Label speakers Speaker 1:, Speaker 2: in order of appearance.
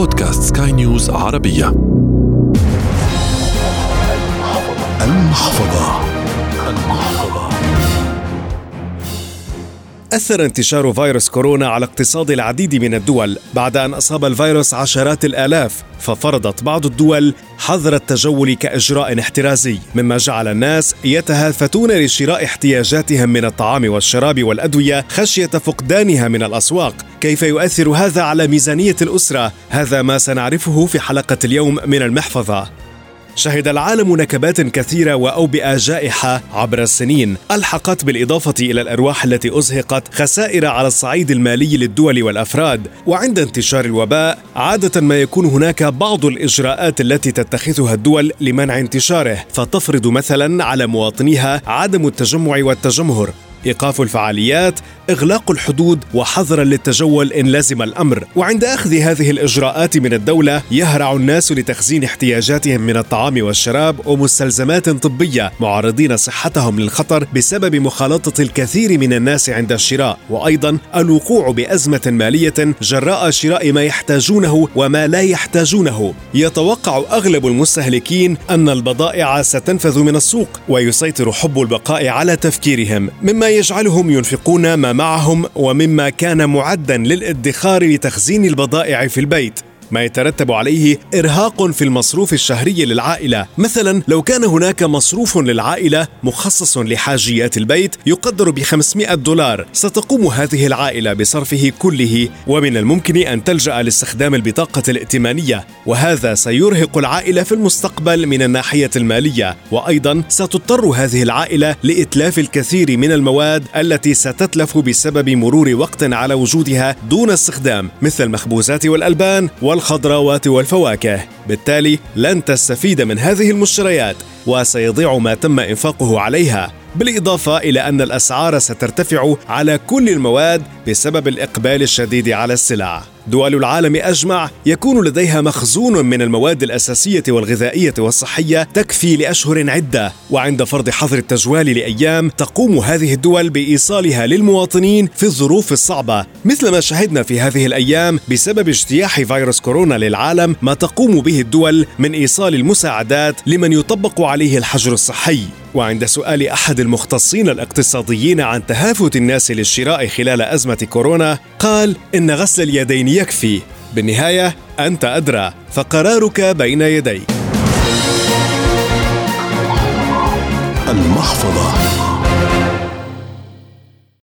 Speaker 1: بودكاست سكاي نيوز عربية. المحفظة.
Speaker 2: أثر انتشار فيروس كورونا على اقتصاد العديد من الدول بعد أن أصاب الفيروس عشرات الآلاف، ففرضت بعض الدول حظر التجول كإجراء احترازي، مما جعل الناس يتهافتون لشراء احتياجاتهم من الطعام والشراب والأدوية خشية فقدانها من الأسواق. كيف يؤثر هذا على ميزانية الأسرة؟ هذا ما سنعرفه في حلقة اليوم من المحفظة. شهد العالم نكبات كثيرة وأوبئة جائحة عبر السنين ألحقت بالإضافة إلى الأرواح التي أزهقت خسائر على الصعيد المالي للدول والأفراد. وعند انتشار الوباء عادة ما يكون هناك بعض الإجراءات التي تتخذها الدول لمنع انتشاره، فتفرض مثلا على مواطنيها عدم التجمع والتجمهر، إيقاف الفعاليات، إغلاق الحدود، وحظرا للتجول إن لزم الأمر. وعند أخذ هذه الإجراءات من الدولة يهرع الناس لتخزين احتياجاتهم من الطعام والشراب ومستلزمات طبية، معرضين صحتهم للخطر بسبب مخالطة الكثير من الناس عند الشراء، وأيضا الوقوع بأزمة مالية جراء شراء ما يحتاجونه وما لا يحتاجونه. يتوقع أغلب المستهلكين أن البضائع ستنفذ من السوق، ويسيطر حب البقاء على تفكيرهم، مما يجعلهم ينفقون ما معهم ومما كان معدا للادخار لتخزين البضائع في البيت، ما يترتب عليه إرهاق في المصروف الشهري للعائلة. مثلا لو كان هناك مصروف للعائلة مخصص لحاجيات البيت يقدر $500، ستقوم هذه العائلة بصرفه كله، ومن الممكن أن تلجأ لاستخدام البطاقة الائتمانية، وهذا سيرهق العائلة في المستقبل من الناحية المالية. وأيضا ستضطر هذه العائلة لإتلاف الكثير من المواد التي ستتلف بسبب مرور وقت على وجودها دون استخدام، مثل المخبوزات والألبان والخضروات والفواكه. بالتالي لن تستفيد من هذه المشتريات وسيضيع ما تم إنفاقه عليها، بالإضافة إلى أن الأسعار سترتفع على كل المواد بسبب الإقبال الشديد على السلع. دول العالم أجمع يكون لديها مخزون من المواد الأساسية والغذائية والصحية تكفي لأشهر عدة، وعند فرض حظر التجوال لأيام تقوم هذه الدول بإيصالها للمواطنين في الظروف الصعبة، مثل ما شهدنا في هذه الأيام بسبب اجتياح فيروس كورونا للعالم، ما تقوم به الدول من إيصال المساعدات لمن يطبق عليه الحجر الصحي. وعند سؤال أحد المختصين الاقتصاديين عن تهافت الناس للشراء خلال أزمة كورونا، قال إن غسل اليدين يكفي. بالنهاية أنت أدرى، فقرارك بين يديك.
Speaker 1: المحفظة.